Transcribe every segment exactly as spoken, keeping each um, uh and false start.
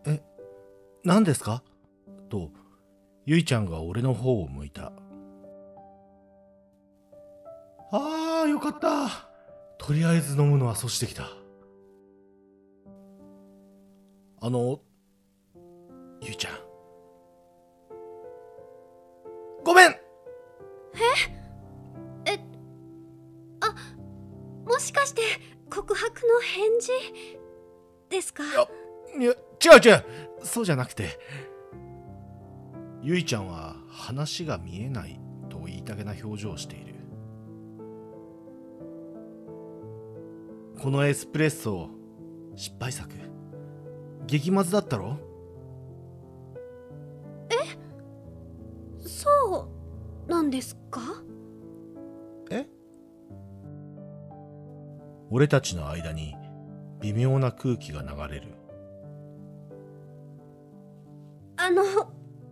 え、何ですかと、ゆいちゃんが俺の方を向いた。ああ、よかった。とりあえず飲むのは阻止できた。あの、ゆいちゃん。ごめん。 え、あ、もしかして告白の返事ですか？ いや、いや、違う違う。そうじゃなくて。ゆいちゃんは話が見えないと言いたげな表情をしている。このエスプレッソ、失敗作。激まずだったろ？ そうなんですか？ え？俺たちの間に微妙な空気が流れる。 あの、龍之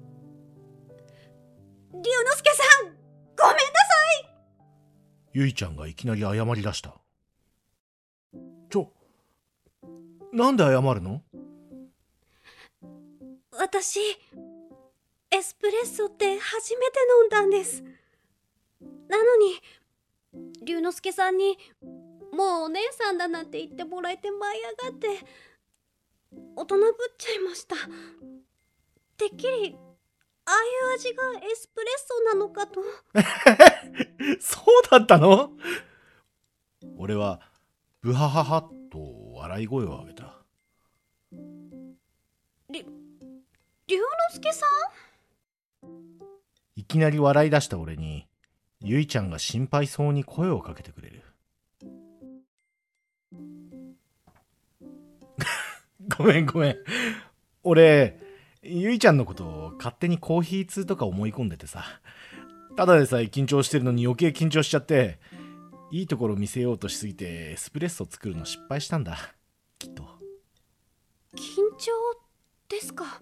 介さん、ごめんなさい。 ゆいちゃんがいきなり謝り出した。ちょ、なんで謝るの？ 私、エスプレッソって初めて飲んだんです。なのに、龍之介さんにもうお姉さんだなんて言ってもらえて舞い上がって大人ぶっちゃいました。てっきりああいう味がエスプレッソなのかと。 そうだったの？俺はブハハハと笑い声を上げた。 り龍之介さん？ いきなり笑い出した俺にゆいちゃんが心配そうに声をかけてくれる。ごめんごめん。俺ゆいちゃんのことを勝手にコーヒー通とか思い込んでてさ、ただでさえ緊張してるのに余計緊張しちゃって、いいところ見せようとしすぎてエスプレッソ作るの失敗したんだ、きっと。 緊張ですか？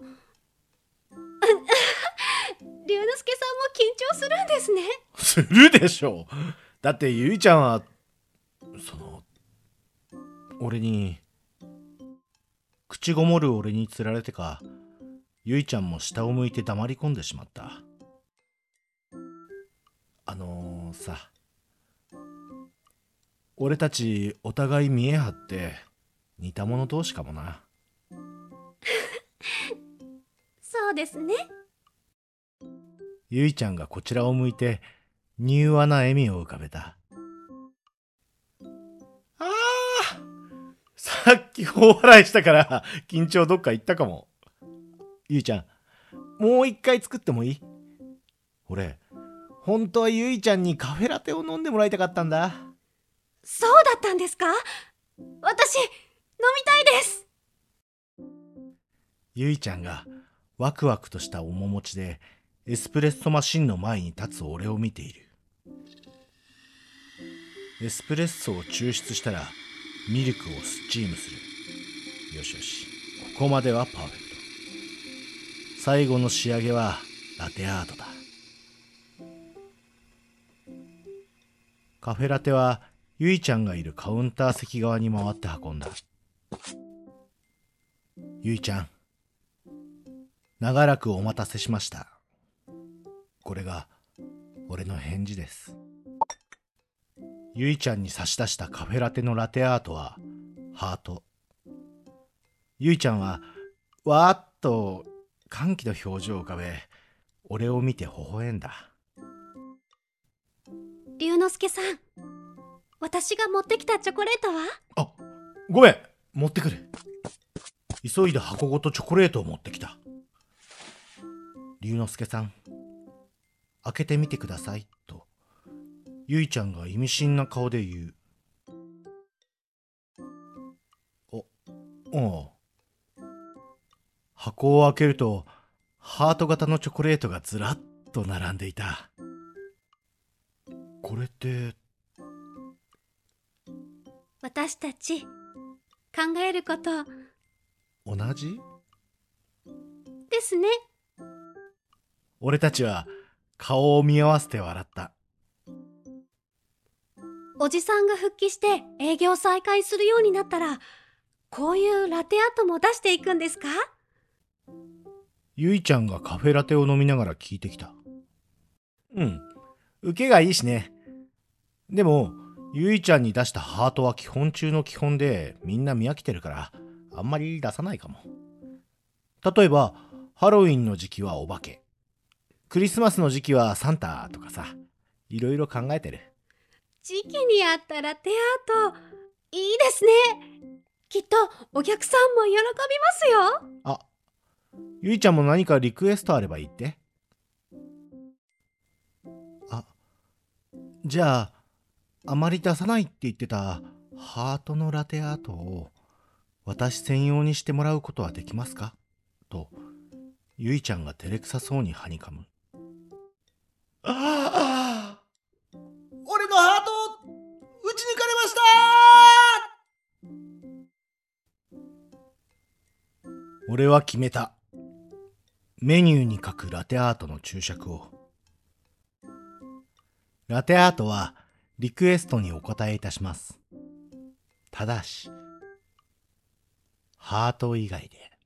龍之介さんも緊張するんですね。 するでしょ。だってゆいちゃんはその俺に口ごもる俺につられてか、ゆいちゃんも下を向いて黙り込んでしまった。あのー、さ、俺たちお互い見え張って似た者同士かもな。 そうですね。 ゆいちゃんがこちらを向いて柔和な笑みを浮かべた。ああ、さっき大笑いしたから緊張どっか行ったかも。ゆいちゃん、もう一回作ってもいい？俺本当はゆいちゃんにカフェラテを飲んでもらいたかったんだ。 そうだったんですか？私、飲みたいです。 ゆいちゃんがワクワクとした面持ちでエスプレッソマシンの前に立つ俺を見ている。エスプレッソを抽出したらミルクをスチームする。よしよし、ここまではパーフェクト。最後の仕上げはラテアートだ。カフェラテはゆいちゃんがいるカウンター席側に回って運んだ。ゆいちゃん、長らくお待たせしました。これが俺の返事です。ゆいちゃんに差し出したカフェラテのラテアートはハート。ゆいちゃんはわーっと歓喜の表情を浮かべ、俺を見て微笑んだ。 龍之介さん、私が持ってきたチョコレートは？ あ、ごめん、持ってくる。急いで箱ごとチョコレートを持ってきた。龍之介さん、開けてみてくださいとゆいちゃんが意味深な顔で言う。お、おう。箱を開けるとハート型のチョコレートがずらっと並んでいた。これって私たち考えること同じ？ ですね。 俺たちは顔を見合わせて笑った。 おじさんが復帰して営業再開するようになったら、こういうラテアートも出していくんですか？ ゆいちゃんがカフェラテを飲みながら聞いてきた。うん、受けがいいしね。でも、ゆいちゃんに出したハートは基本中の基本でみんな見飽きてるからあんまり出さないかも。例えば、ハロウィンの時期はお化け、クリスマスの時期はサンタとかさ、いろいろ考えてる。 時期にあったラテアート、いいですね。きっとお客さんも喜びますよ。 あ、ゆいちゃんも何かリクエストあれば言って。あ、じゃあ、あまり出さないって言ってたハートのラテアートを私専用にしてもらうことはできますかと、ゆいちゃんが照れくさそうにはにかむ。ああ、俺のハート撃ち抜かれました。俺は決めた。メニューに書くラテアートの注釈を。ラテアートはリクエストにお答えいたします。ただし、ハート以外で。